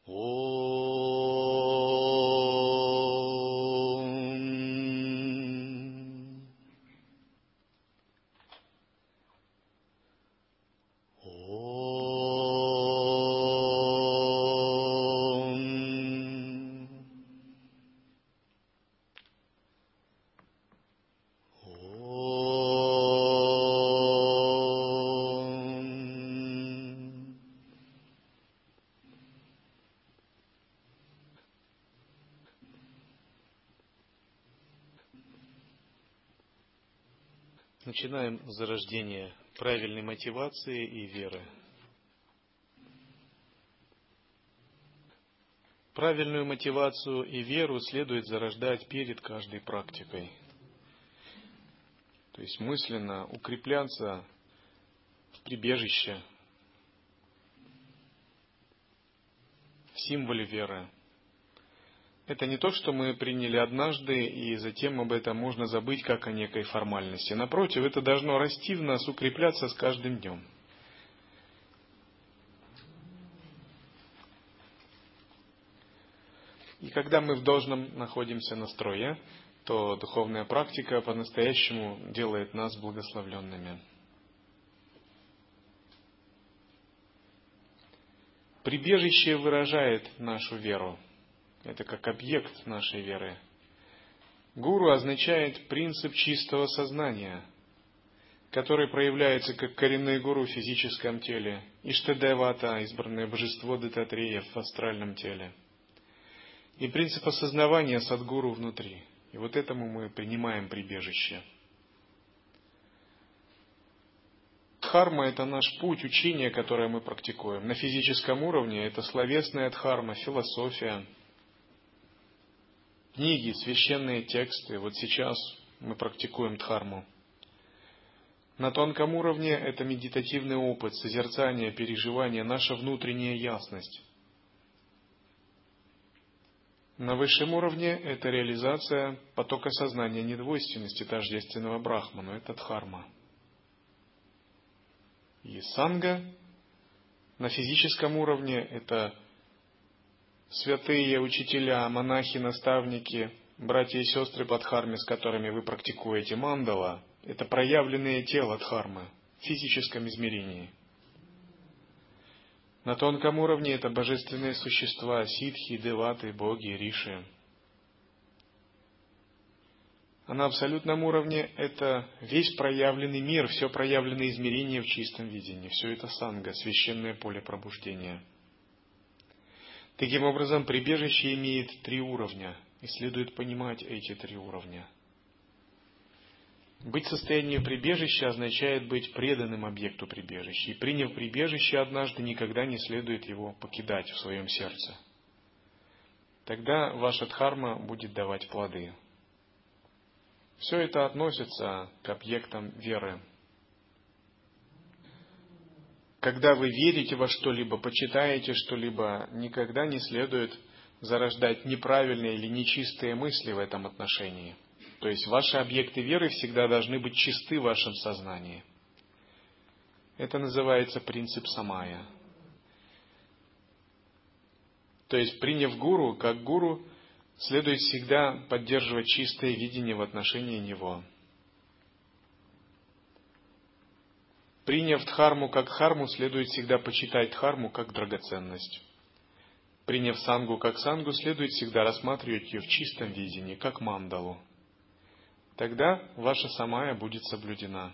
Начинаем зарождение правильной мотивации и веры. Правильную мотивацию и веру следует зарождать перед каждой практикой. То есть мысленно укрепляться в прибежище, в символе веры. Это не то, что мы приняли однажды, и затем об этом можно забыть, как о некой формальности. Напротив, это должно расти в нас, укрепляться с каждым днем. И когда мы в должном находимся настрое, то духовная практика по-настоящему делает нас благословленными. Прибежище выражает нашу веру. Это как объект нашей веры. Гуру означает принцип чистого сознания, который проявляется как коренной гуру в физическом теле, Иштадевата, избранное божество Дататрея в астральном теле, и принцип осознавания Садгуру внутри. И вот этому мы принимаем прибежище. Дхарма – это наш путь, учение, которое мы практикуем. На физическом уровне это словесная дхарма, философия, книги, священные тексты. Вот сейчас мы практикуем дхарму. На тонком уровне это медитативный опыт, созерцание, переживание, наша внутренняя ясность. На высшем уровне это реализация потока сознания недвойственности, тождественного Брахману. Это дхарма. И санга на физическом уровне это святые учителя, монахи, наставники, братья и сестры по дхарме, с которыми вы практикуете мандала, это проявленное тело дхармы в физическом измерении. На тонком уровне это божественные существа, ситхи, деваты, боги, риши. А на абсолютном уровне это весь проявленный мир, все проявленное измерение в чистом видении. Все это санга, священное поле пробуждения. Таким образом, прибежище имеет 3 уровня, и следует понимать эти 3 уровня. Быть в состоянии прибежища означает быть преданным объекту прибежища, и приняв прибежище однажды, никогда не следует его покидать в своем сердце. Тогда ваша дхарма будет давать плоды. Все это относится к объектам веры. Когда вы верите во что-либо, почитаете что-либо, никогда не следует зарождать неправильные или нечистые мысли в этом отношении. То есть ваши объекты веры всегда должны быть чисты в вашем сознании. Это называется принцип самая. То есть, приняв гуру, как гуру, следует всегда поддерживать чистое видение в отношении него. Приняв дхарму как дхарму, следует всегда почитать дхарму как драгоценность. Приняв сангу как сангу, следует всегда рассматривать ее в чистом видении, как мандалу. Тогда ваша самая будет соблюдена.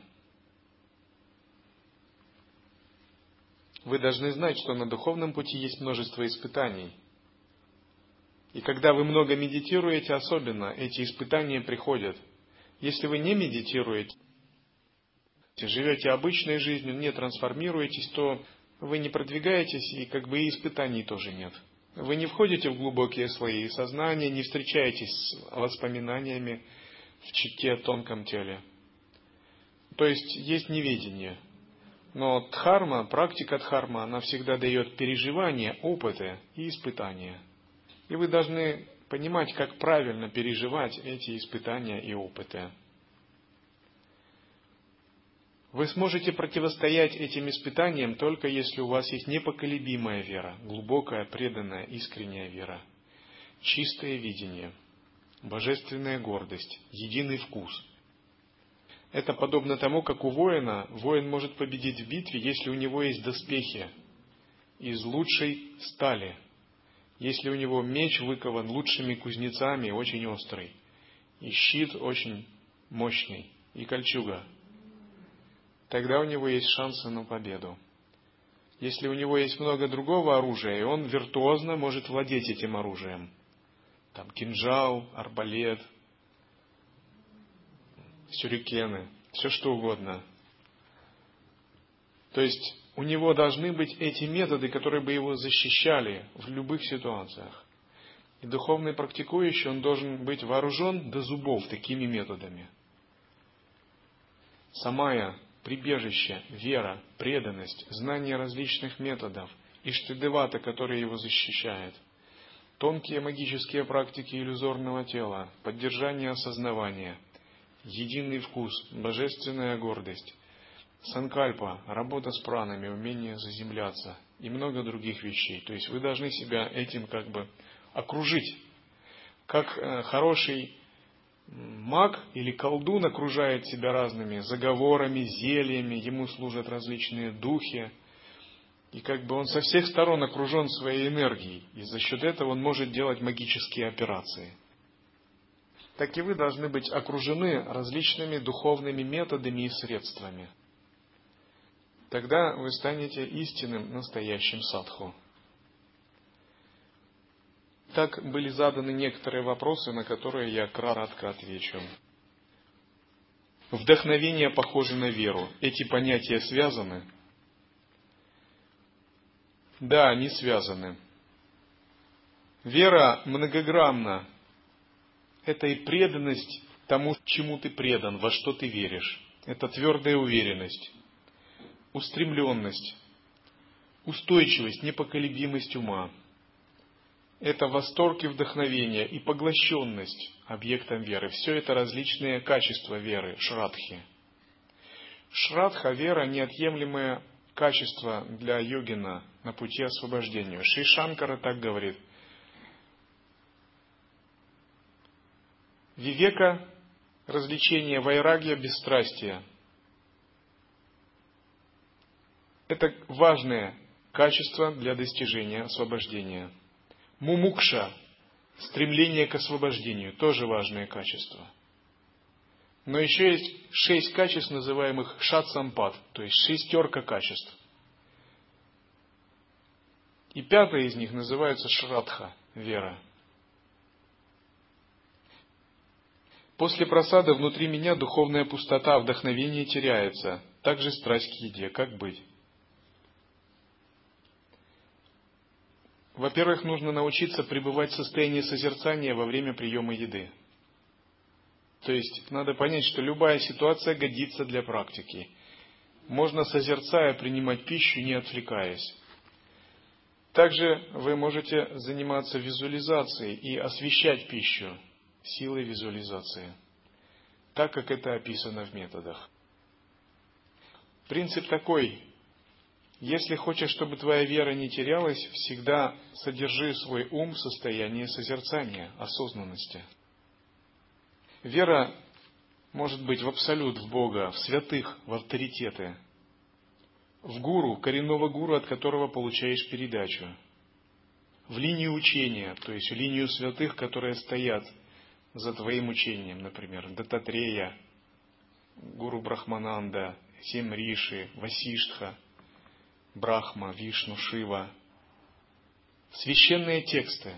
Вы должны знать, что на духовном пути есть множество испытаний. И когда вы много медитируете, особенно эти испытания приходят. Если вы не медитируете, живете обычной жизнью, не трансформируетесь, то вы не продвигаетесь, и как бы и испытаний тоже нет. Вы не входите в глубокие слои сознания, не встречаетесь с воспоминаниями в чите тонком теле. То есть неведение. Но дхарма, практика дхарма, она всегда дает переживания, опыты и испытания. И вы должны понимать, как правильно переживать эти испытания и опыты. Вы сможете противостоять этим испытаниям только если у вас есть непоколебимая вера, глубокая, преданная, искренняя вера, чистое видение, божественная гордость, единый вкус. Это подобно тому, как у воина, воин может победить в битве, если у него есть доспехи из лучшей стали, если у него меч выкован лучшими кузнецами, очень острый, и щит очень мощный, и кольчуга. Тогда у него есть шансы на победу. Если у него есть много другого оружия, и он виртуозно может владеть этим оружием, там кинжал, арбалет, сюрикены, все что угодно. То есть у него должны быть эти методы, которые бы его защищали в любых ситуациях. И духовный практикующий, он должен быть вооружен до зубов такими методами. Самая, прибежище, вера, преданность, знание различных методов, иштадевата, который его защищает, тонкие магические практики иллюзорного тела, поддержание осознавания, единый вкус, божественная гордость, санкальпа, работа с пранами, умение заземляться и много других вещей. То есть вы должны себя этим как бы окружить. Как хороший маг или колдун окружает себя разными заговорами, зельями, ему служат различные духи. И как бы он со всех сторон окружен своей энергией. И за счет этого он может делать магические операции. Так и вы должны быть окружены различными духовными методами и средствами. Тогда вы станете истинным, настоящим садху. Так были заданы некоторые вопросы, на которые я кратко отвечу. Вдохновение похоже на веру. Эти понятия связаны? Да, они связаны. Вера многогранна. Это и преданность тому, чему ты предан, во что ты веришь. Это твердая уверенность, устремленность, устойчивость, непоколебимость ума. Это восторг и вдохновение, и поглощенность объектом веры. Все это различные качества веры, шрадхи. Шрадха, вера, неотъемлемое качество для йогина на пути освобождения. Шри Шанкара так говорит. Вивека – развлечение, вайрагья – бесстрастие. Это важное качество для достижения освобождения. Мумукша – стремление к освобождению, тоже важное качество. Но еще есть 6 качеств, называемых шат-сампат, то есть 6 качеств. И 5 из них называется шрадха, вера. После просады внутри меня духовная пустота, вдохновение теряется. Также страсть к еде. Как быть? Во-первых, нужно научиться пребывать в состоянии созерцания во время приема еды. То есть, надо понять, что любая ситуация годится для практики. Можно, созерцая, принимать пищу, не отвлекаясь. Также вы можете заниматься визуализацией и освещать пищу силой визуализации, так как это описано в методах. Принцип такой. Если хочешь, чтобы твоя вера не терялась, всегда содержи свой ум в состоянии созерцания, осознанности. Вера может быть в абсолют, в Бога, в святых, в авторитеты, в гуру, коренного гуру, от которого получаешь передачу, в линию учения, то есть в линию святых, которые стоят за твоим учением, например, Дататрея, гуру Брахмананда, 7 риши, Васиштха, Брахма, Вишну, Шива. Священные тексты,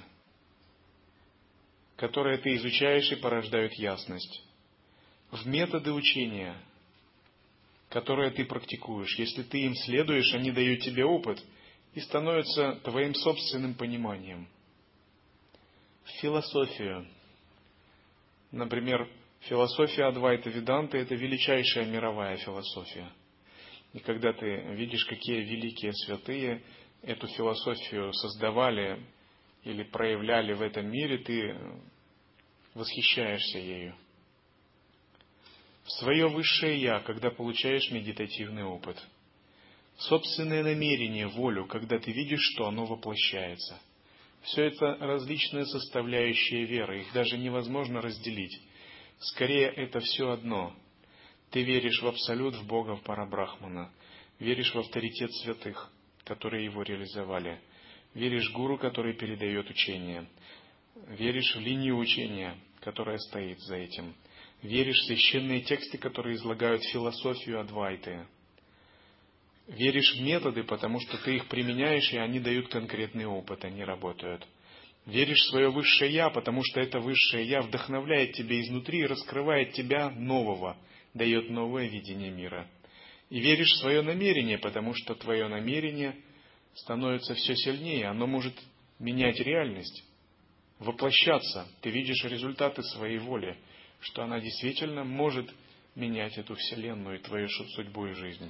которые ты изучаешь и порождают ясность. В методы учения, которые ты практикуешь. Если ты им следуешь, они дают тебе опыт и становятся твоим собственным пониманием. В философию. Например, философия Адвайта Веданты – это величайшая мировая философия. И когда ты видишь, какие великие святые эту философию создавали или проявляли в этом мире, ты восхищаешься ею. в свое высшее «Я», когда получаешь медитативный опыт, в собственное намерение, волю, когда ты видишь, что оно воплощается. Все это различные составляющие веры, их даже невозможно разделить. Скорее, это все одно. Ты веришь в Абсолют, в Бога, в Парабрахмана, веришь в авторитет святых, которые его реализовали, веришь в гуру, который передает учение, веришь в линию учения, которая стоит за этим, веришь в священные тексты, которые излагают философию Адвайты, веришь в методы, потому что ты их применяешь, и они дают конкретный опыт, они работают. Веришь в свое высшее «Я», потому что это высшее «Я» вдохновляет тебя изнутри и раскрывает тебя нового, дает новое видение мира. И веришь в свое намерение, потому что твое намерение становится все сильнее, оно может менять реальность, воплощаться. Ты видишь результаты своей воли, что она действительно может менять эту вселенную, твою судьбу и жизнь.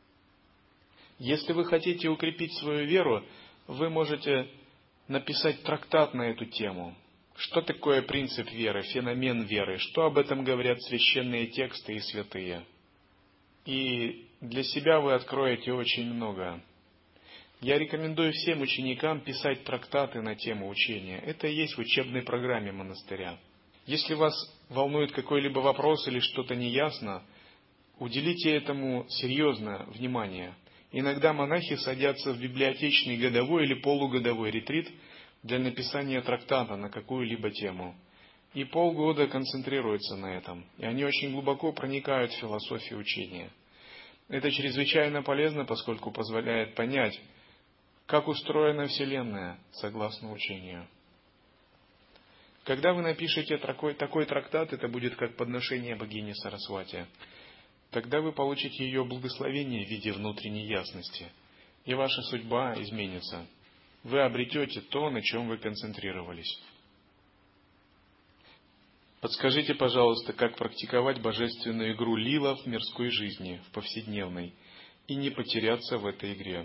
Если вы хотите укрепить свою веру, вы можете написать трактат на эту тему. Что такое принцип веры, феномен веры, что об этом говорят священные тексты и святые. И для себя вы откроете очень много. Я рекомендую всем ученикам писать трактаты на тему учения. Это и есть в учебной программе монастыря. Если вас волнует какой-либо вопрос или что-то неясно, уделите этому серьезное внимание. Иногда монахи садятся в библиотечный годовой или полугодовой ретрит для написания трактата на какую-либо тему. И полгода концентрируются на этом. И они очень глубоко проникают в философию учения. Это чрезвычайно полезно, поскольку позволяет понять, как устроена Вселенная, согласно учению. Когда вы напишете такой трактат, это будет как подношение богине Сарасвати. Тогда вы получите ее благословение в виде внутренней ясности, и ваша судьба изменится. Вы обретете то, на чем вы концентрировались. Подскажите, пожалуйста, как практиковать божественную игру лила в мирской жизни, в повседневной, и не потеряться в этой игре.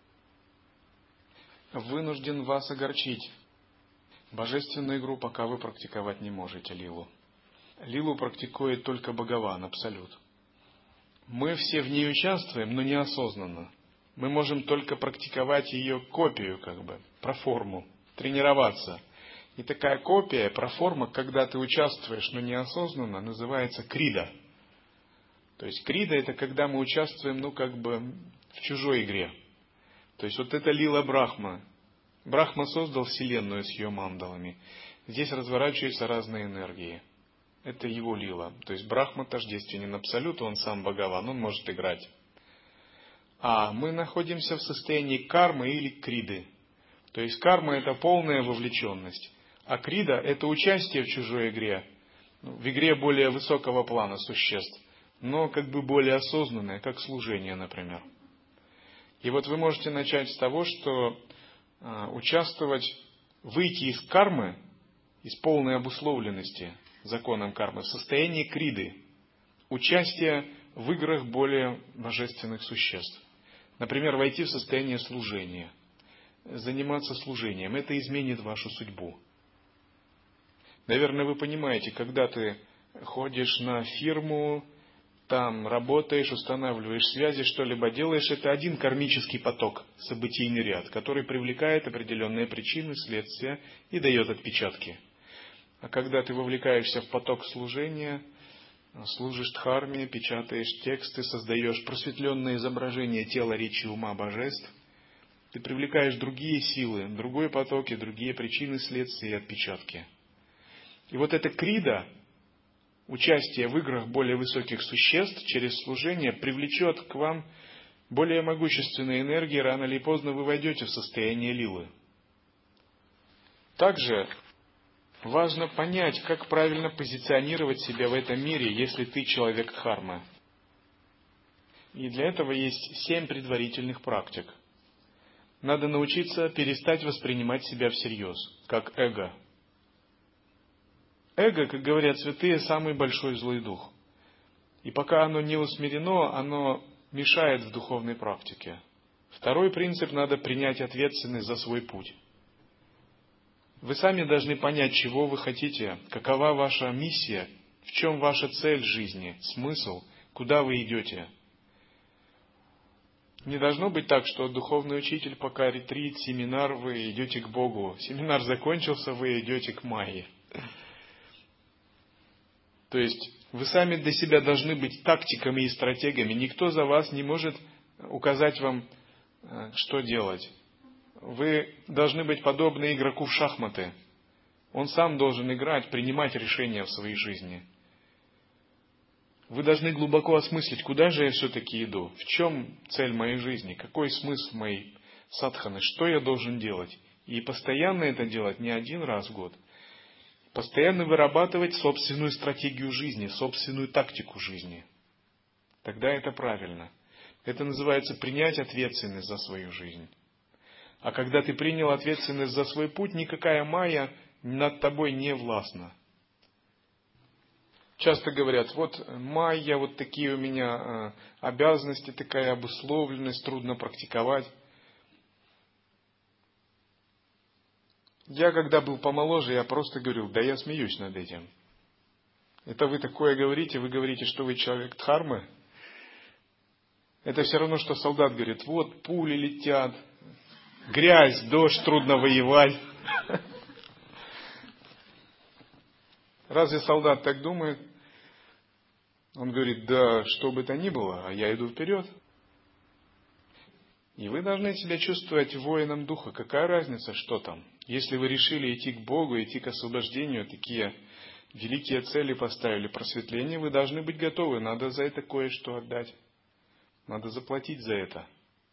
Вынужден вас огорчить. Божественную игру пока вы практиковать не можете, лилу. Лилу практикует только Бхагаван, Абсолют. Мы все в ней участвуем, но неосознанно. Мы можем только практиковать ее копию, проформу, тренироваться. И такая копия, проформа, когда ты участвуешь, но неосознанно, называется крида. То есть крида — это когда мы участвуем, в чужой игре. То есть вот это лила Брахма. Брахма создал Вселенную с ее мандалами. Здесь разворачиваются разные энергии. Это его лила. То есть Брахма тождественен Абсолюту, он сам Бхагаван, он может играть. А мы находимся в состоянии кармы или криды. То есть карма — это полная вовлеченность. А крида — это участие в чужой игре. В игре более высокого плана существ. Но более осознанное, как служение, например. И вот вы можете начать с того, что участвовать, выйти из кармы, из полной обусловленности законом кармы, в состоянии криды, участие в играх более божественных существ. Например, войти в состояние служения, заниматься служением. Это изменит вашу судьбу. Наверное, вы понимаете, когда ты ходишь на фирму, там работаешь, устанавливаешь связи, что-либо делаешь, это один кармический поток, событийный ряд, который привлекает определенные причины, следствия и дает отпечатки. А когда ты вовлекаешься в поток служения, служишь дхарме, печатаешь тексты, создаешь просветленное изображение тела, речи, ума божеств, ты привлекаешь другие силы, другой потоки, другие причины, следствия и отпечатки. И вот эта крида, участие в играх более высоких существ через служение привлечет к вам более могущественные энергии, рано или поздно вы войдете в состояние лилы. Также важно понять, как правильно позиционировать себя в этом мире, если ты человек дхармы. И для этого есть 7 предварительных практик. Надо научиться перестать воспринимать себя всерьез, как эго. Эго, как говорят святые, самый большой злой дух. И пока оно не усмирено, оно мешает в духовной практике. Второй принцип — надо принять ответственность за свой путь. Вы сами должны понять, чего вы хотите, какова ваша миссия, В чем ваша цель жизни, смысл, куда вы идете? Не должно быть так, что духовный учитель, пока ретрит, семинар, вы идете к Богу. Семинар закончился, вы идете к Майе. То есть вы сами для себя должны быть тактиками и стратегами. Никто за вас не может указать вам, что делать. Вы должны быть подобны игроку в шахматы. Он сам должен играть, принимать решения в своей жизни. Вы должны глубоко осмыслить, куда же я все-таки иду, в чем цель моей жизни, какой смысл моей садханы, что я должен делать. И постоянно это делать не один раз в год. Постоянно вырабатывать собственную стратегию жизни, собственную тактику жизни. Тогда это правильно. Это называется принять ответственность за свою жизнь. А когда ты принял ответственность за свой путь, никакая майя над тобой не властна. Часто говорят, вот майя, вот такие у меня обязанности, такая обусловленность, трудно практиковать. Я, когда был помоложе, я просто говорил, да я смеюсь над этим. Это вы такое говорите, вы говорите, что вы человек дхармы. Это все равно, что солдат говорит, вот пули летят, грязь, дождь, трудно воевать. Разве солдат так думает? Он говорит, да что бы то ни было, а я иду вперед. И вы должны себя чувствовать воином духа. Какая разница, что там? Если вы решили идти к Богу, идти к освобождению, такие великие цели поставили, просветление, вы должны быть готовы. Надо за это кое-что отдать. Надо заплатить за это.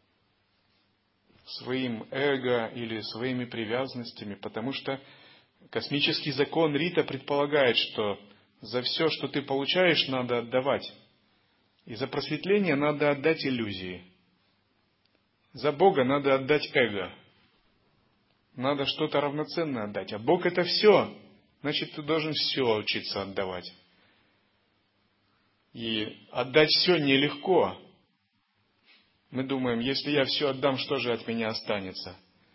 Своим эго или своими привязанностями. Потому что космический закон Рита предполагает, что за все, что ты получаешь, надо отдавать. И за просветление надо отдать иллюзии. За Бога надо отдать эго. Надо что-то равноценное отдать. А Бог это все. Значит, ты должен все учиться отдавать. И отдать все нелегко. Мы думаем, если я все отдам, что же от меня останется?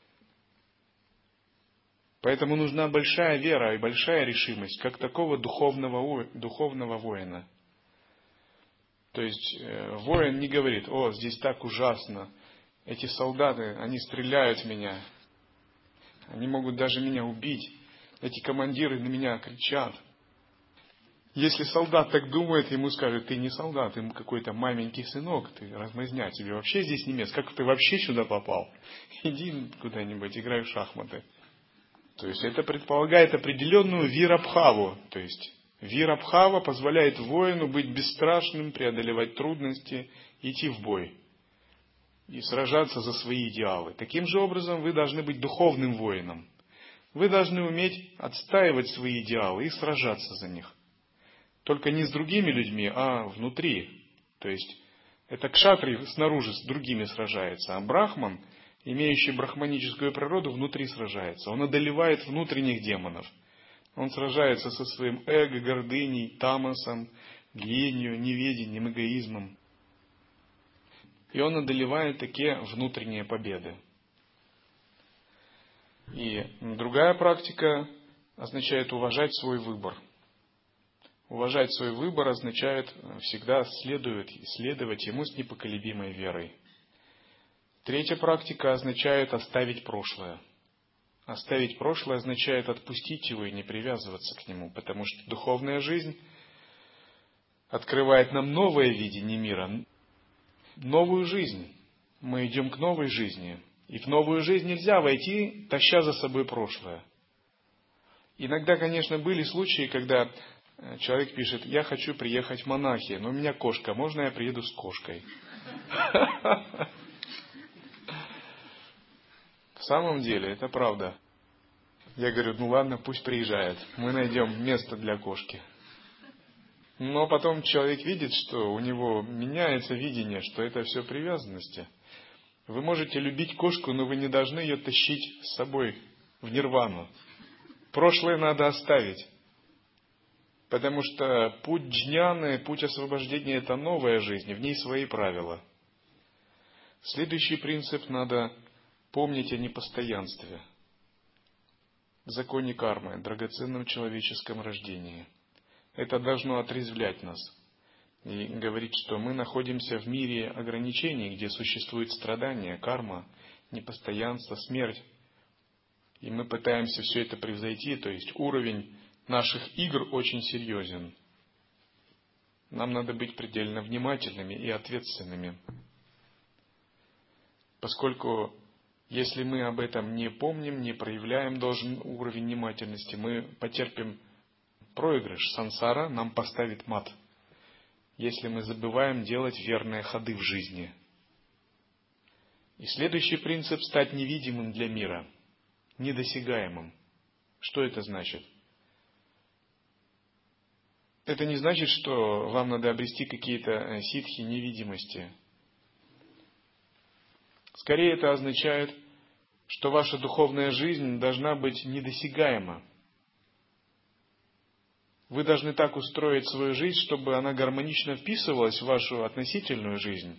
Поэтому нужна большая вера и большая решимость, как такого духовного воина. То есть воин не говорит, о, здесь так ужасно, эти солдаты, они стреляют в меня, они могут даже меня убить, эти командиры на меня кричат. Если солдат так думает, ему скажут, ты не солдат, ты какой-то маменький сынок, ты размазня, тебе вообще здесь не место, как ты вообще сюда попал? Иди куда-нибудь, играй в шахматы. То есть это предполагает определенную вирабхаву. То есть вирабхава позволяет воину быть бесстрашным, преодолевать трудности, идти в бой и сражаться за свои идеалы. Таким же образом вы должны быть духовным воином. Вы должны уметь отстаивать свои идеалы и сражаться за них. Только не с другими людьми, а внутри. То есть это кшатри снаружи с другими сражается, а брахман, имеющий брахманическую природу, внутри сражается. Он одолевает внутренних демонов. Он сражается со своим эго, гордыней, тамасом, ленью, неведением, эгоизмом. И он одолевает такие внутренние победы. И другая практика означает уважать свой выбор. Уважать свой выбор означает всегда следовать ему с непоколебимой верой. Третья практика означает оставить прошлое. Оставить прошлое означает отпустить его и не привязываться к нему, потому что духовная жизнь открывает нам новое видение мира, новую жизнь. Мы идем к новой жизни. И в новую жизнь нельзя войти, таща за собой прошлое. Иногда, конечно, были случаи, когда человек пишет, я хочу приехать в монахи, но у меня кошка, можно я приеду с кошкой? В самом деле, это правда. Я говорю, ну ладно, пусть приезжает, мы найдем место для кошки. Но потом человек видит, что у него меняется видение, что это все привязанности. Вы можете любить кошку, но вы не должны ее тащить с собой в нирвану. Прошлое надо оставить. Потому что путь джняны, путь освобождения – это новая жизнь, в ней свои правила. Следующий принцип – надо помнить о непостоянстве, законе кармы, драгоценном человеческом рождении. Это должно отрезвлять нас и говорить, что мы находимся в мире ограничений, где существует страдание, карма, непостоянство, смерть. И мы пытаемся все это превзойти, то есть уровень наших игр очень серьезен. Нам надо быть предельно внимательными и ответственными. Поскольку если мы об этом не помним, не проявляем должен уровень внимательности, мы потерпим проигрыш. Сансара нам поставит мат, если мы забываем делать верные ходы в жизни. И следующий принцип – стать невидимым для мира, недосягаемым. Что это значит? Это не значит, что вам надо обрести какие-то ситхи невидимости. Скорее это означает, что ваша духовная жизнь должна быть недосягаема. Вы должны так устроить свою жизнь, чтобы она гармонично вписывалась в вашу относительную жизнь.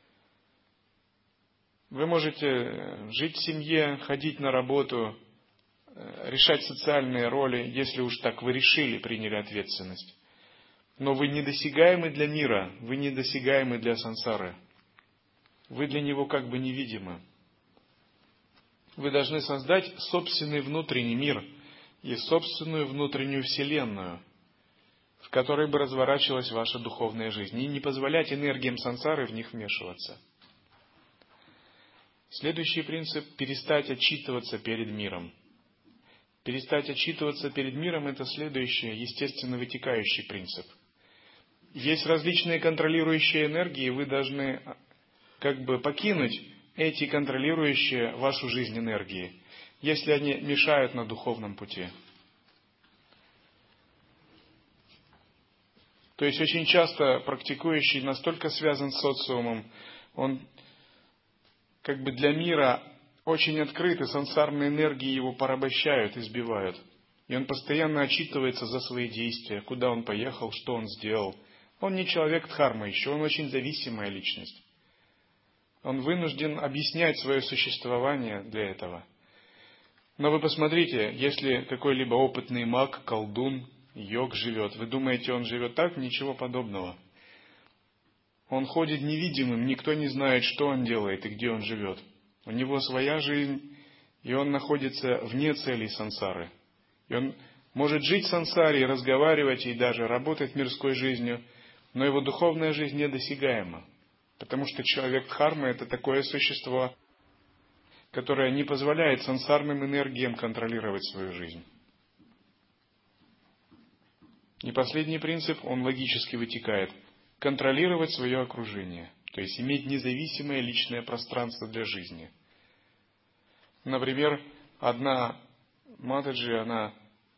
Вы можете жить в семье, ходить на работу, решать социальные роли, если уж так вы решили, приняли ответственность. Но вы недосягаемы для мира, вы недосягаемы для сансары. Вы для него как бы невидимы. Вы должны создать собственный внутренний мир и собственную внутреннюю вселенную, в которой бы разворачивалась ваша духовная жизнь, и не позволять энергиям сансары в них вмешиваться. Следующий принцип – перестать отчитываться перед миром. Перестать отчитываться перед миром – это следующий, естественно, вытекающий принцип. Есть различные контролирующие энергии, вы должны как бы покинуть эти контролирующие вашу жизнь энергии, если они мешают на духовном пути. То есть очень часто практикующий настолько связан с социумом, он как бы для мира очень открыт, и сансарные энергии его порабощают, избивают. И он постоянно отчитывается за свои действия, куда он поехал, что он сделал. Он не человек дхармы еще, он очень зависимая личность. Он вынужден объяснять свое существование для этого. Но вы посмотрите, если какой-либо опытный маг, колдун, йог живет, вы думаете, он живет так? Ничего подобного. Он ходит невидимым, никто не знает, что он делает и где он живет. У него своя жизнь, и он находится вне целей сансары. И он может жить в сансаре, разговаривать и даже работать мирской жизнью, но его духовная жизнь недосягаема. Потому что человек дхармы – это такое существо, которое не позволяет сансарным энергиям контролировать свою жизнь. И последний принцип, он логически вытекает – контролировать свое окружение, то есть иметь независимое личное пространство для жизни. Например, одна матаджи, она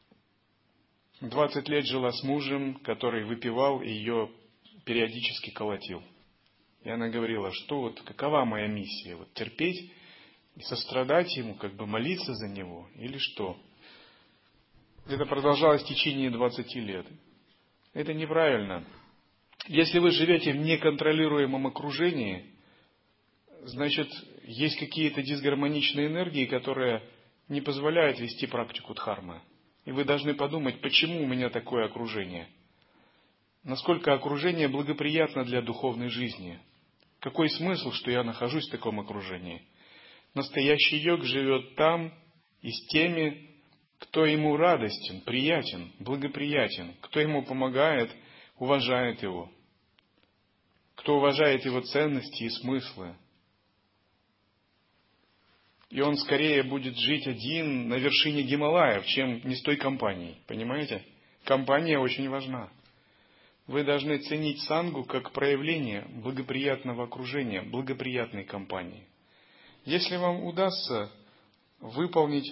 20 лет жила с мужем, который выпивал и ее периодически колотил. И она говорила, что вот какова моя миссия? Вот терпеть и сострадать ему, как бы молиться за него или что? Это продолжалось в течение 20 лет. Это неправильно. Если вы живете в неконтролируемом окружении, значит, есть какие-то дисгармоничные энергии, которые не позволяют вести практику дхармы. И вы должны подумать, почему у меня такое окружение? Насколько окружение благоприятно для духовной жизни? Какой смысл, что я нахожусь в таком окружении? Настоящий йог живет там и с теми, кто ему радостен, приятен, благоприятен, кто ему помогает, уважает его, кто уважает его ценности и смыслы. И он скорее будет жить один на вершине Гималаев, чем не с той компанией. Понимаете? Компания очень важна. Вы должны ценить сангу как проявление благоприятного окружения, благоприятной компании. Если вам удастся выполнить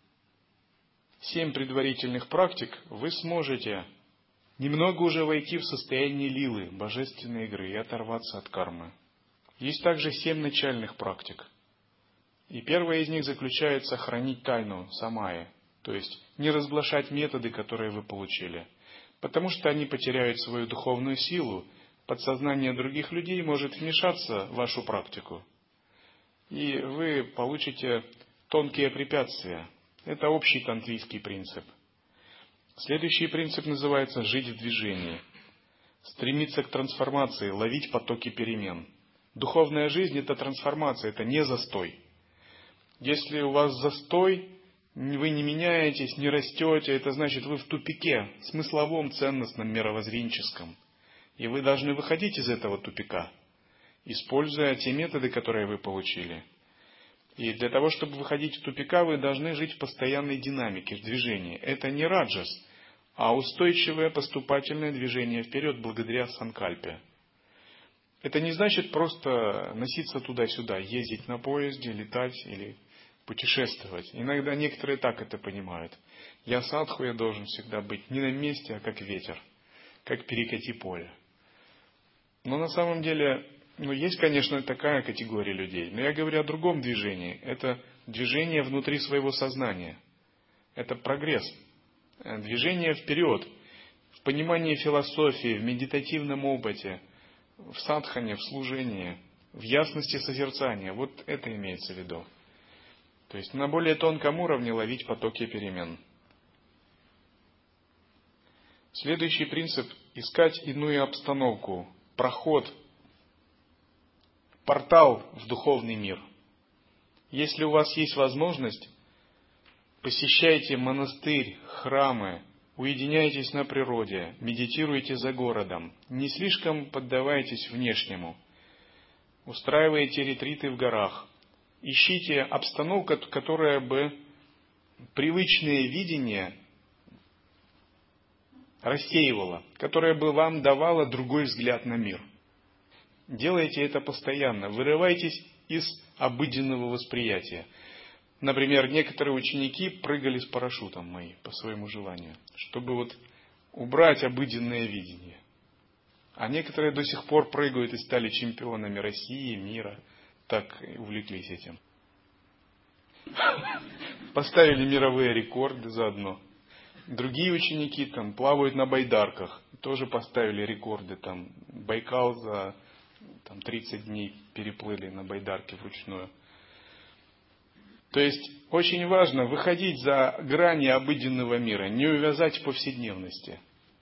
7 предварительных практик, вы сможете немного уже войти в состояние лилы, божественной игры, и оторваться от кармы. Есть также 7 начальных практик. И первая из них заключается хранить тайну самаи, то есть не разглашать методы, которые вы получили. Потому что они потеряют свою духовную силу, подсознание других людей может вмешаться в вашу практику. И вы получите тонкие препятствия. Это общий тантрийский принцип. Следующий принцип называется «жить в движении». Стремиться к трансформации, ловить потоки перемен. Духовная жизнь – это трансформация, это не застой. Если у вас застой, вы не меняетесь, не растете, это значит, вы в тупике, смысловом, ценностном, мировоззренческом. И вы должны выходить из этого тупика, используя те методы, которые вы получили. И для того, чтобы выходить из тупика, вы должны жить в постоянной динамике, в движении. Это не раджас, а устойчивое поступательное движение вперед благодаря санкальпе. Это не значит просто носиться туда-сюда, ездить на поезде, летать или путешествовать. Иногда некоторые так это понимают. Я садху, я должен всегда быть не на месте, а как ветер, как перекати поле. Но на самом деле, есть, конечно, такая категория людей. Но я говорю о другом движении. Это движение внутри своего сознания. Это прогресс. Движение вперед. В понимании философии, в медитативном опыте, в садхане, в служении, в ясности созерцания. Вот это имеется в виду. То есть на более тонком уровне ловить потоки перемен. Следующий принцип – искать иную обстановку, проход, портал в духовный мир. Если у вас есть возможность, посещайте монастырь, храмы, уединяйтесь на природе, медитируйте за городом, не слишком поддавайтесь внешнему, устраивайте ретриты в горах. Ищите обстановку, которая бы привычное видение рассеивала, которая бы вам давала другой взгляд на мир. Делайте это постоянно, вырывайтесь из обыденного восприятия. Например, некоторые ученики прыгали с парашютом мои по своему желанию, чтобы убрать обыденное видение. А некоторые до сих пор прыгают и стали чемпионами России, мира. Так увлеклись этим. Поставили мировые рекорды заодно. Другие ученики плавают на байдарках. Тоже поставили рекорды. Байкал за 30 дней переплыли на байдарке вручную. То есть очень важно выходить за грани обыденного мира, не увязать в повседневности.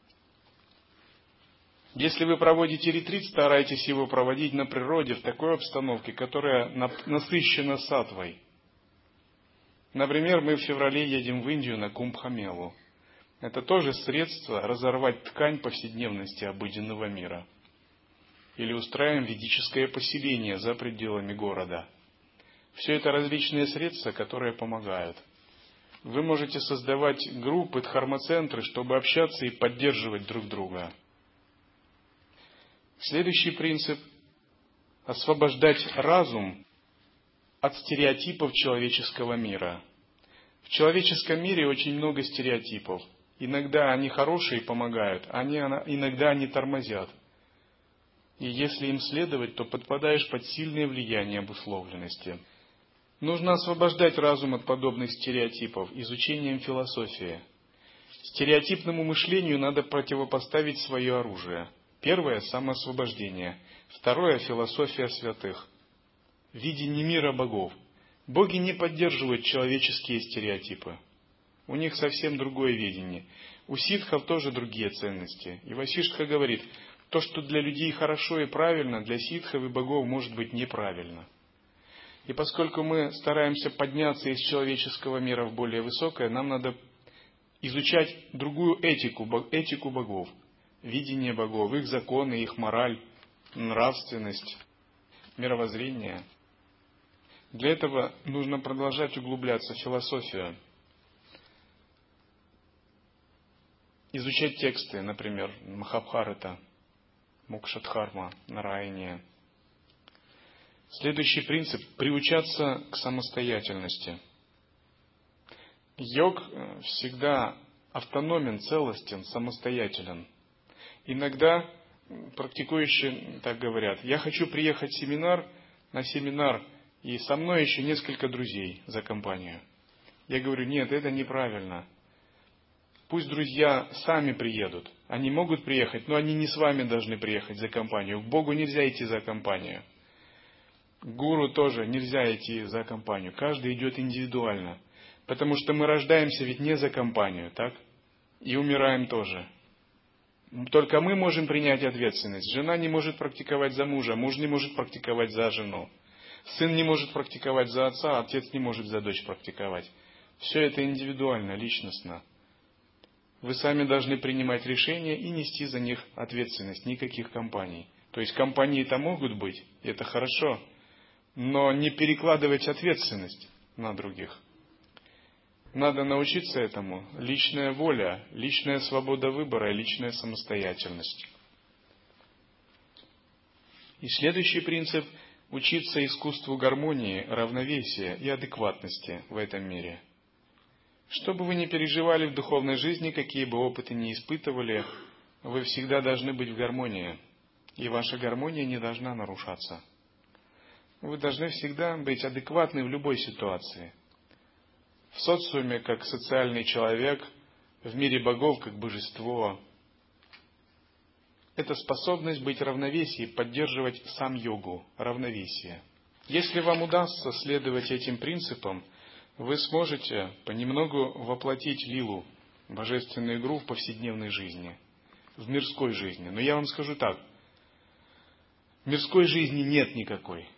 Если вы проводите ретрит, старайтесь его проводить на природе, в такой обстановке, которая насыщена саттвой. Например, мы в феврале едем в Индию на Кумбх-Мелу. Это тоже средство разорвать ткань повседневности обыденного мира. Или устраиваем ведическое поселение за пределами города. Все это различные средства, которые помогают. Вы можете создавать группы, дхарма-центры, чтобы общаться и поддерживать друг друга. Следующий принцип – освобождать разум от стереотипов человеческого мира. В человеческом мире очень много стереотипов. Иногда они хорошие и помогают, иногда они тормозят. И если им следовать, то подпадаешь под сильное влияние обусловленности. Нужно освобождать разум от подобных стереотипов изучением философии. Стереотипному мышлению надо противопоставить свое оружие. Первое – самоосвобождение. Второе – философия святых. Видение мира богов. Боги не поддерживают человеческие стереотипы. У них совсем другое видение. У ситхов тоже другие ценности. И Васиштха говорит, то, что для людей хорошо и правильно, для ситхов и богов может быть неправильно. И поскольку мы стараемся подняться из человеческого мира в более высокое, нам надо изучать другую этику богов. Видение богов, их законы, их мораль, нравственность, мировоззрение. Для этого нужно продолжать углубляться в философию. Изучать тексты, например, Махабхарата, Мокшадхарма, Нараяния. Следующий принцип – приучаться к самостоятельности. Йог всегда автономен, целостен, самостоятелен. Иногда практикующие так говорят: я хочу приехать на семинар, и со мной еще несколько друзей за компанию. Я говорю: нет, это неправильно. Пусть друзья сами приедут. Они могут приехать, но они не с вами должны приехать за компанию. К Богу нельзя идти за компанию. К гуру тоже нельзя идти за компанию. Каждый идет индивидуально. Потому что мы рождаемся ведь не за компанию, так? и умираем тоже. Только мы можем принять ответственность. Жена не может практиковать за мужа, муж не может практиковать за жену. Сын не может практиковать за отца, отец не может за дочь практиковать. Все это индивидуально, личностно. Вы сами должны принимать решения и нести за них ответственность, никаких компаний. То есть компании-то могут быть, и это хорошо, но не перекладывать ответственность на других. Надо научиться этому. Личная воля, личная свобода выбора и личная самостоятельность. И следующий принцип – учиться искусству гармонии, равновесия и адекватности в этом мире. Что бы вы ни переживали в духовной жизни, какие бы опыты ни испытывали, вы всегда должны быть в гармонии. И ваша гармония не должна нарушаться. Вы должны всегда быть адекватны в любой ситуации. В социуме как социальный человек, в мире богов как божество. Это способность быть в равновесии, поддерживать сам-йогу, равновесие. Если вам удастся следовать этим принципам, вы сможете понемногу воплотить лилу, божественную игру в повседневной жизни, в мирской жизни. Но я вам скажу так, мирской жизни нет никакой.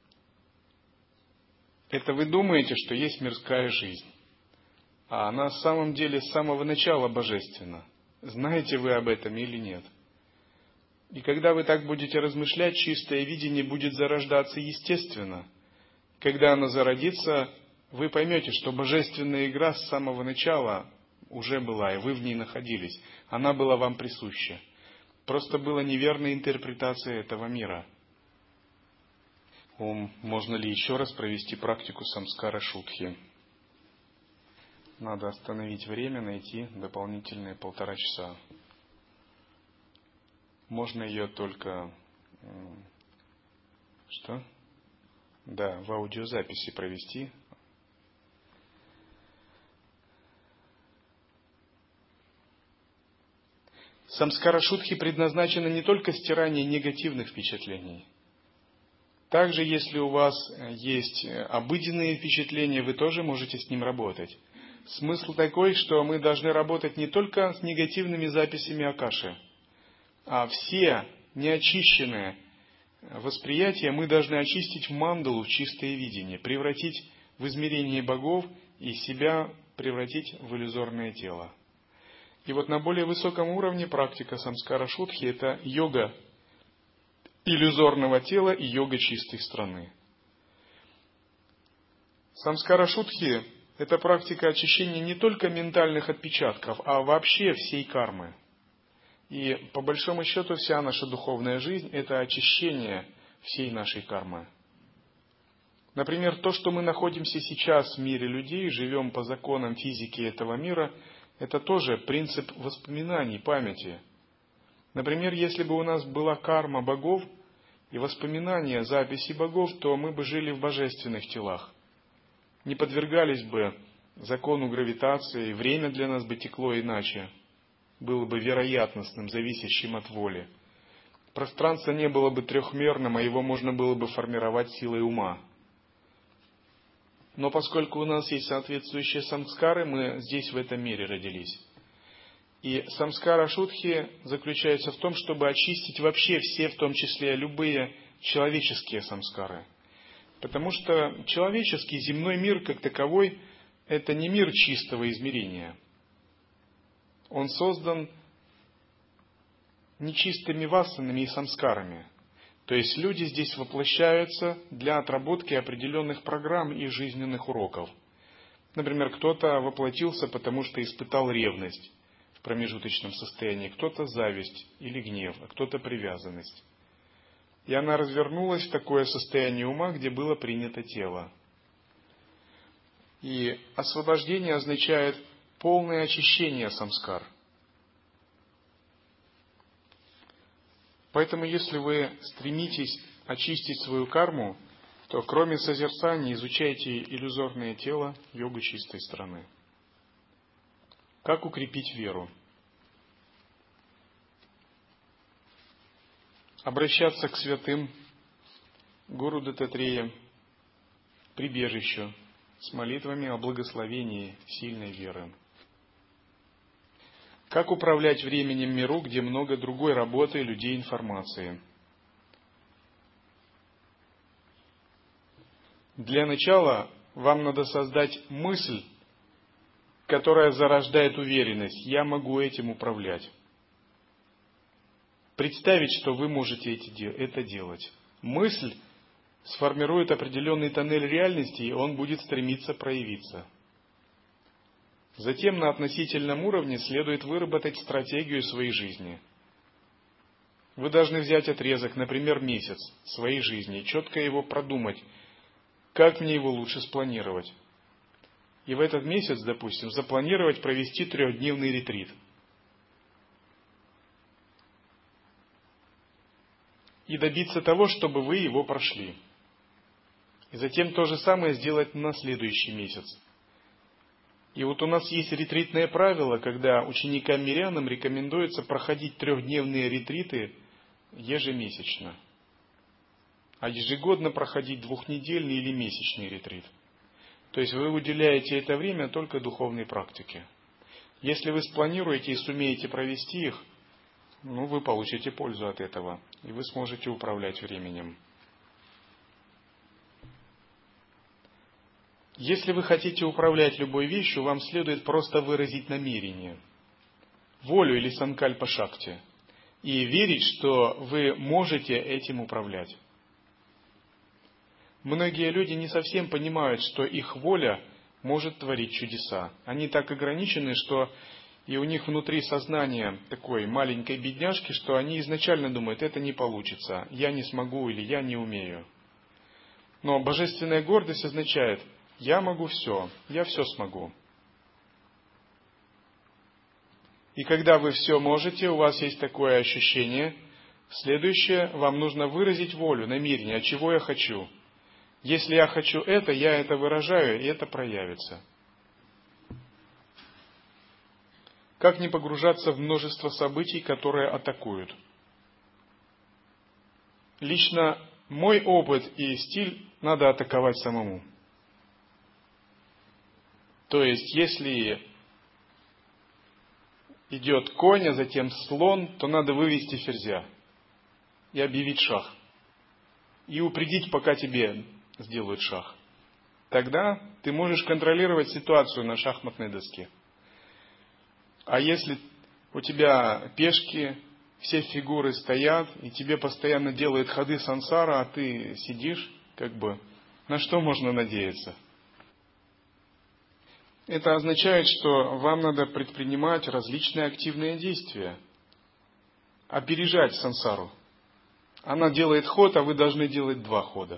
Это вы думаете, что есть мирская жизнь, а она на самом деле с самого начала божественна. Знаете вы об этом или нет? И когда вы так будете размышлять, чистое видение будет зарождаться естественно. Когда оно зародится, вы поймете, что божественная игра с самого начала уже была, и вы в ней находились. Она была вам присуща. Просто была неверная интерпретация этого мира. Можно ли еще раз провести практику самскара шутхи? Надо остановить время, найти дополнительные 1,5 часа. Можно ее только... Что? Да, в аудиозаписи провести. Самскара шутхи предназначена не только стирание негативных впечатлений. Также, если у вас есть обыденные впечатления, вы тоже можете с ним работать. Смысл такой, что мы должны работать не только с негативными записями Акаши, а все неочищенные восприятия мы должны очистить в мандалу, в чистое видение, превратить в измерение богов и себя превратить в иллюзорное тело. И вот на более высоком уровне практика самскара шутхи – это йога иллюзорного тела и йога чистой страны. Самскара шутхи – это практика очищения не только ментальных отпечатков, а вообще всей кармы. И по большому счету вся наша духовная жизнь – это очищение всей нашей кармы. Например, то, что мы находимся сейчас в мире людей, живем по законам физики этого мира – это тоже принцип воспоминаний, памяти. Например, если бы у нас была карма богов и воспоминания, записи богов, то мы бы жили в божественных телах. Не подвергались бы закону гравитации, время для нас бы текло иначе. Было бы вероятностным, зависящим от воли. Пространство не было бы трехмерным, а его можно было бы формировать силой ума. Но поскольку у нас есть соответствующие самскары, мы здесь, в этом мире, родились. И самскара шутхи заключается в том, чтобы очистить вообще все, в том числе любые человеческие самскары. Потому что человеческий земной мир как таковой – это не мир чистого измерения. Он создан нечистыми васанами и самскарами. То есть люди здесь воплощаются для отработки определенных программ и жизненных уроков. Например, кто-то воплотился, потому что испытал ревность в промежуточном состоянии, кто-то зависть или гнев, а кто-то привязанность. И она развернулась в такое состояние ума, где было принято тело. И освобождение означает полное очищение самскар. Поэтому, если вы стремитесь очистить свою карму, то кроме созерцания изучайте иллюзорное тело, йогу чистой страны. Как укрепить веру? Обращаться к святым, Гуру Даттатрея, прибежищу, с молитвами о благословении сильной веры. Как управлять временем в миру, где много другой работы, людей, информации? Для начала вам надо создать мысль, которая зарождает уверенность. Я могу этим управлять. Представить, что вы можете это делать. Мысль сформирует определенный тоннель реальности, и он будет стремиться проявиться. Затем на относительном уровне следует выработать стратегию своей жизни. Вы должны взять отрезок, например, месяц своей жизни, и четко его продумать, как мне его лучше спланировать. И в этот месяц, допустим, запланировать провести 3-дневный ретрит. И добиться того, чтобы вы его прошли. И затем то же самое сделать на следующий месяц. И вот у нас есть ретритное правило, когда ученикам-мирянам рекомендуется проходить 3-дневные ретриты ежемесячно. А ежегодно проходить 2-недельный или месячный ретрит. То есть вы уделяете это время только духовной практике. Если вы спланируете и сумеете провести их, вы получите пользу от этого, и вы сможете управлять временем. Если вы хотите управлять любой вещью, вам следует просто выразить намерение, волю или санкальпа-шакти, и верить, что вы можете этим управлять. Многие люди не совсем понимают, что их воля может творить чудеса. Они так ограничены, что и у них внутри сознания такой маленькой бедняжки, что они изначально думают, это не получится, я не смогу или я не умею. Но божественная гордость означает, я могу все, я все смогу. И когда вы все можете, у вас есть такое ощущение, следующее, вам нужно выразить волю, намерение, а чего я хочу. Если я хочу это, я это выражаю, и это проявится. Как не погружаться в множество событий, которые атакуют? Лично мой опыт и стиль надо атаковать самому. То есть, если идет конь, а затем слон, то надо вывести ферзя и объявить шах. И упредить, пока тебе сделают шах. Тогда ты можешь контролировать ситуацию на шахматной доске. А если у тебя пешки, все фигуры стоят, и тебе постоянно делают ходы сансара, а ты сидишь, на что можно надеяться? Это означает, что вам надо предпринимать различные активные действия, опережать сансару. Она делает ход, а вы должны делать 2 хода.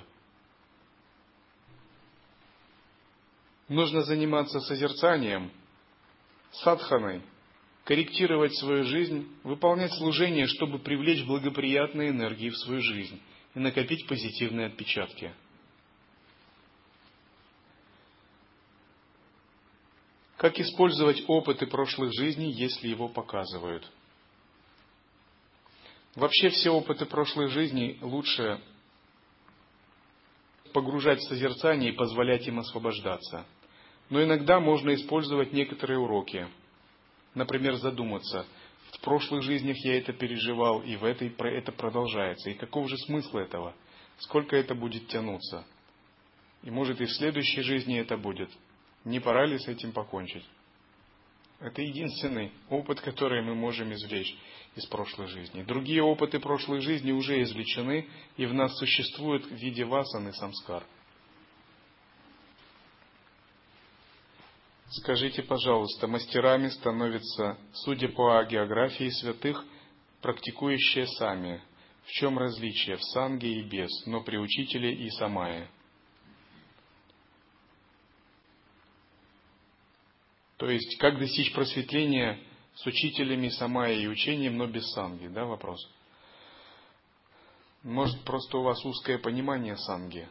Нужно заниматься созерцанием, садханой, корректировать свою жизнь, выполнять служение, чтобы привлечь благоприятные энергии в свою жизнь и накопить позитивные отпечатки. Как использовать опыты прошлых жизней, если его показывают? Вообще все опыты прошлых жизней лучше погружать в созерцание и позволять им освобождаться. Но иногда можно использовать некоторые уроки. Например, задуматься, в прошлых жизнях я это переживал, и в этой это продолжается. И каков же смысл этого? Сколько это будет тянуться? И может и в следующей жизни это будет. Не пора ли с этим покончить? Это единственный опыт, который мы можем извлечь из прошлой жизни. Другие опыты прошлой жизни уже извлечены и в нас существуют в виде васан и самскар. Скажите, пожалуйста, мастерами становятся, судя по географии святых, практикующие сами. В чем различие в санге и без, но при учителе и самае? То есть, как достичь просветления с учителями самая и учением, но без санги, да, вопрос? Может, просто у вас узкое понимание санги?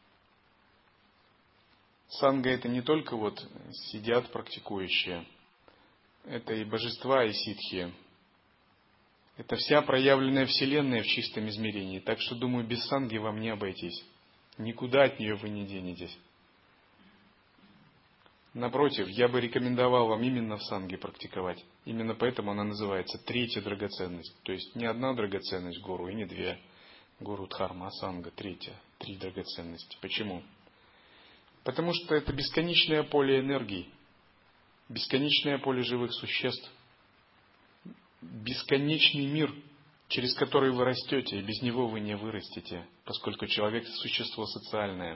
Санга это не только сидят практикующие, это и божества, и ситхи. Это вся проявленная вселенная в чистом измерении, так что, думаю, без санги вам не обойтись. Никуда от нее вы не денетесь. Напротив, я бы рекомендовал вам именно в санге практиковать. Именно поэтому она называется третья драгоценность. То есть не одна драгоценность гуру и не две. Гуру Дхарма, а санга третья. 3 драгоценности. Почему? Потому что это бесконечное поле энергии, бесконечное поле живых существ, бесконечный мир, через который вы растете, и без него вы не вырастете, поскольку человек – существо социальное.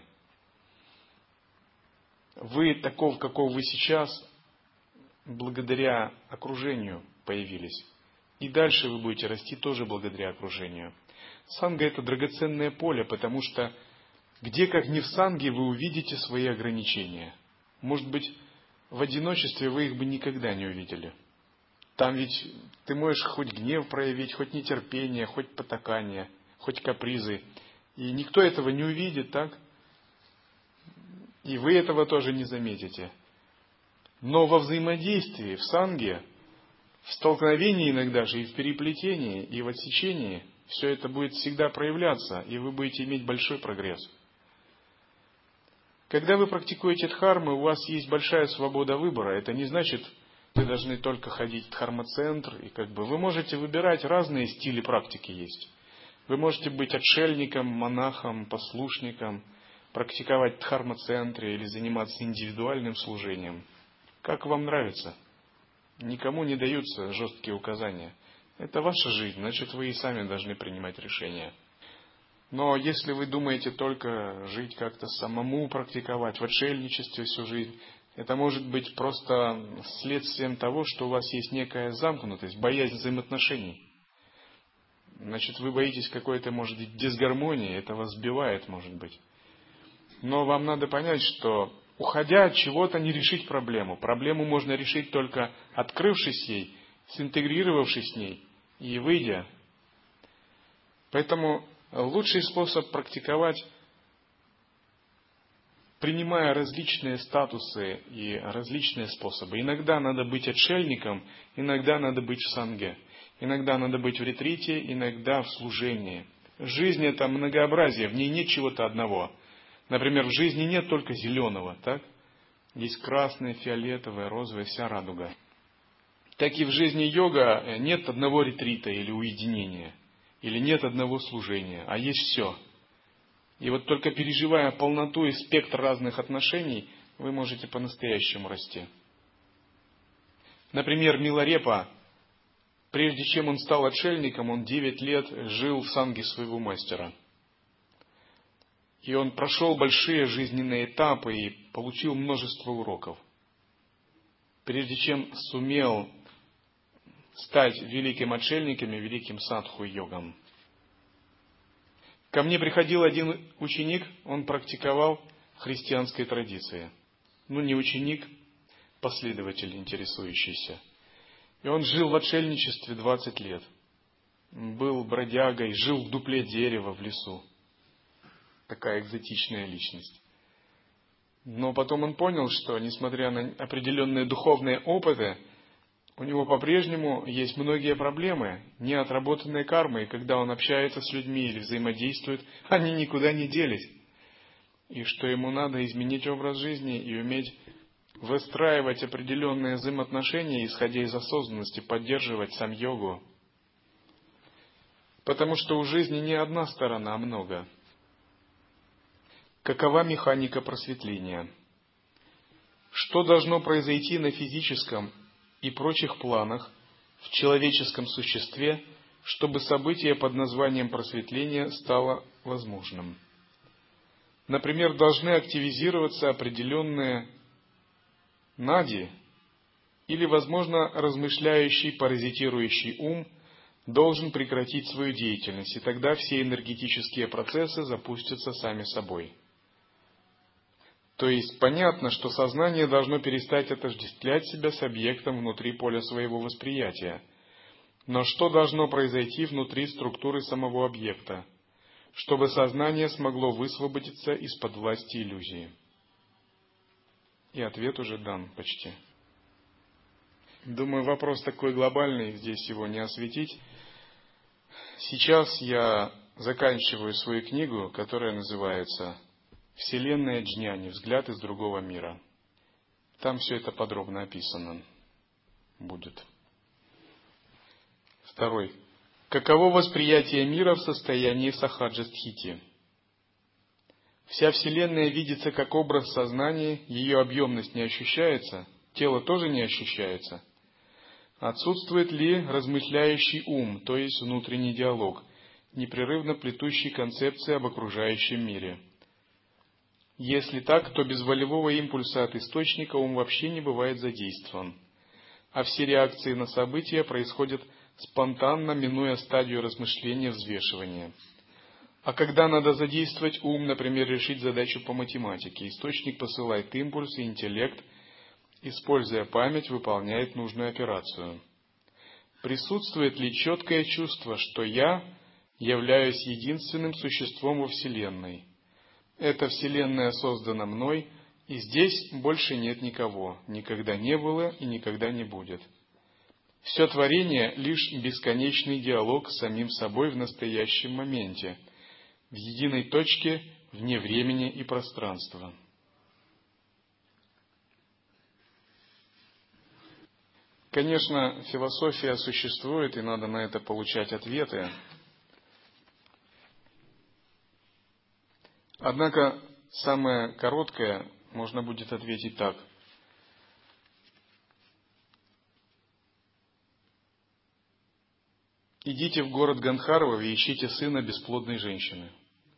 Вы таков, каков вы сейчас, благодаря окружению появились. И дальше вы будете расти тоже благодаря окружению. Санга – это драгоценное поле, потому что где, как ни в санге, вы увидите свои ограничения. Может быть, в одиночестве вы их бы никогда не увидели. Там ведь ты можешь хоть гнев проявить, хоть нетерпение, хоть потакание, хоть капризы. И никто этого не увидит, так? И вы этого тоже не заметите. Но во взаимодействии, в санге, в столкновении иногда же, и в переплетении, и в отсечении, все это будет всегда проявляться, и вы будете иметь большой прогресс. Когда вы практикуете дхармы, у вас есть большая свобода выбора. Это не значит, вы должны только ходить в дхарма-центр. И вы можете выбирать, разные стили практики есть. Вы можете быть отшельником, монахом, послушником, практиковать в дхарма-центре или заниматься индивидуальным служением. Как вам нравится. Никому не даются жесткие указания. Это ваша жизнь, значит, вы и сами должны принимать решения. Но если вы думаете только жить как-то самому, практиковать в отшельничестве всю жизнь, это может быть просто следствием того, что у вас есть некая замкнутость, боязнь взаимоотношений. Значит, вы боитесь какой-то, может быть, дисгармонии, это вас сбивает, может быть. Но вам надо понять, что уходя от чего-то, не решить проблему. Проблему можно решить только открывшись ей, синтегрировавшись с ней и выйдя. Поэтому лучший способ практиковать, принимая различные статусы и различные способы. Иногда надо быть отшельником, иногда надо быть в санге, иногда надо быть в ретрите, иногда в служении. Жизнь – это многообразие, в ней нет чего-то одного. Например, в жизни нет только зеленого, так? Есть красное, фиолетовое, розовое, вся радуга. Так и в жизни йога нет одного ретрита или уединения, или нет одного служения, а есть все. И вот только переживая полноту и спектр разных отношений, вы можете по-настоящему расти. Например, Миларепа, прежде чем он стал отшельником, он 9 лет жил в санге своего мастера. И он прошел большие жизненные этапы и получил множество уроков. Прежде чем сумел стать великим отшельником и великим садху-йогом. Ко мне приходил один ученик, он практиковал в христианской традиции. Не ученик, последователь интересующийся. И он жил в отшельничестве 20 лет. Был бродягой, жил в дупле дерева в лесу. Такая экзотичная личность. Но потом он понял, что, несмотря на определенные духовные опыты, у него по-прежнему есть многие проблемы, неотработанные кармы, и когда он общается с людьми или взаимодействует, они никуда не делись. И что ему надо изменить образ жизни и уметь выстраивать определенные взаимоотношения, исходя из осознанности, поддерживать сам-йогу. Потому что у жизни не одна сторона, а много. Какова механика просветления? Что должно произойти на физическом и прочих планах в человеческом существе, чтобы событие под названием просветление стало возможным? Например, должны активизироваться определенные нади, или, возможно, размышляющий, паразитирующий ум должен прекратить свою деятельность, и тогда все энергетические процессы запустятся сами собой. То есть понятно, что сознание должно перестать отождествлять себя с объектом внутри поля своего восприятия. Но что должно произойти внутри структуры самого объекта, чтобы сознание смогло высвободиться из-под власти иллюзии? И ответ уже дан почти. Думаю, вопрос такой глобальный, здесь его не осветить. Сейчас я заканчиваю свою книгу, которая называется «Вселенная Джняни. Взгляд из другого мира». Там все это подробно описано будет. Второй. Каково восприятие мира в состоянии сахаджа-стхити? Вся Вселенная видится как образ сознания, ее объемность не ощущается, тело тоже не ощущается. Отсутствует ли размышляющий ум, то есть внутренний диалог, непрерывно плетущий концепции об окружающем мире? Если так, то без волевого импульса от источника ум вообще не бывает задействован, а все реакции на события происходят спонтанно, минуя стадию размышления, взвешивания. А когда надо задействовать ум, например, решить задачу по математике, источник посылает импульс, и интеллект, используя память, выполняет нужную операцию. Присутствует ли четкое чувство, что я являюсь единственным существом во Вселенной? Эта Вселенная создана мной, и здесь больше нет никого, никогда не было и никогда не будет. Все творение — лишь бесконечный диалог с самим собой в настоящем моменте, в единой точке, вне времени и пространства. Конечно, философия существует, и надо на это получать ответы. Однако, самое короткое можно будет ответить так. Идите в город Гандхарва и ищите сына бесплодной женщины.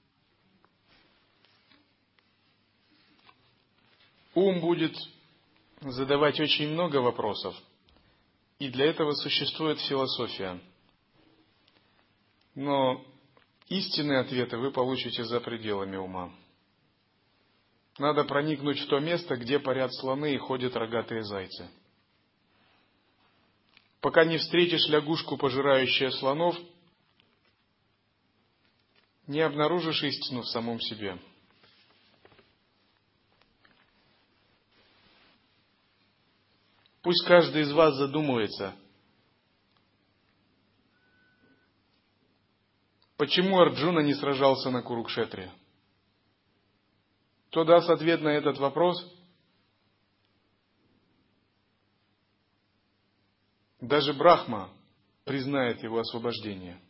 Ум будет задавать очень много вопросов, и для этого существует философия. Но истинные ответы вы получите за пределами ума. Надо проникнуть в то место, где парят слоны и ходят рогатые зайцы. Пока не встретишь лягушку, пожирающую слонов, не обнаружишь истину в самом себе. Пусть каждый из вас задумается, почему Арджуна не сражался на Курукшетре. Кто даст ответ на этот вопрос, даже Брахма признает его освобождение.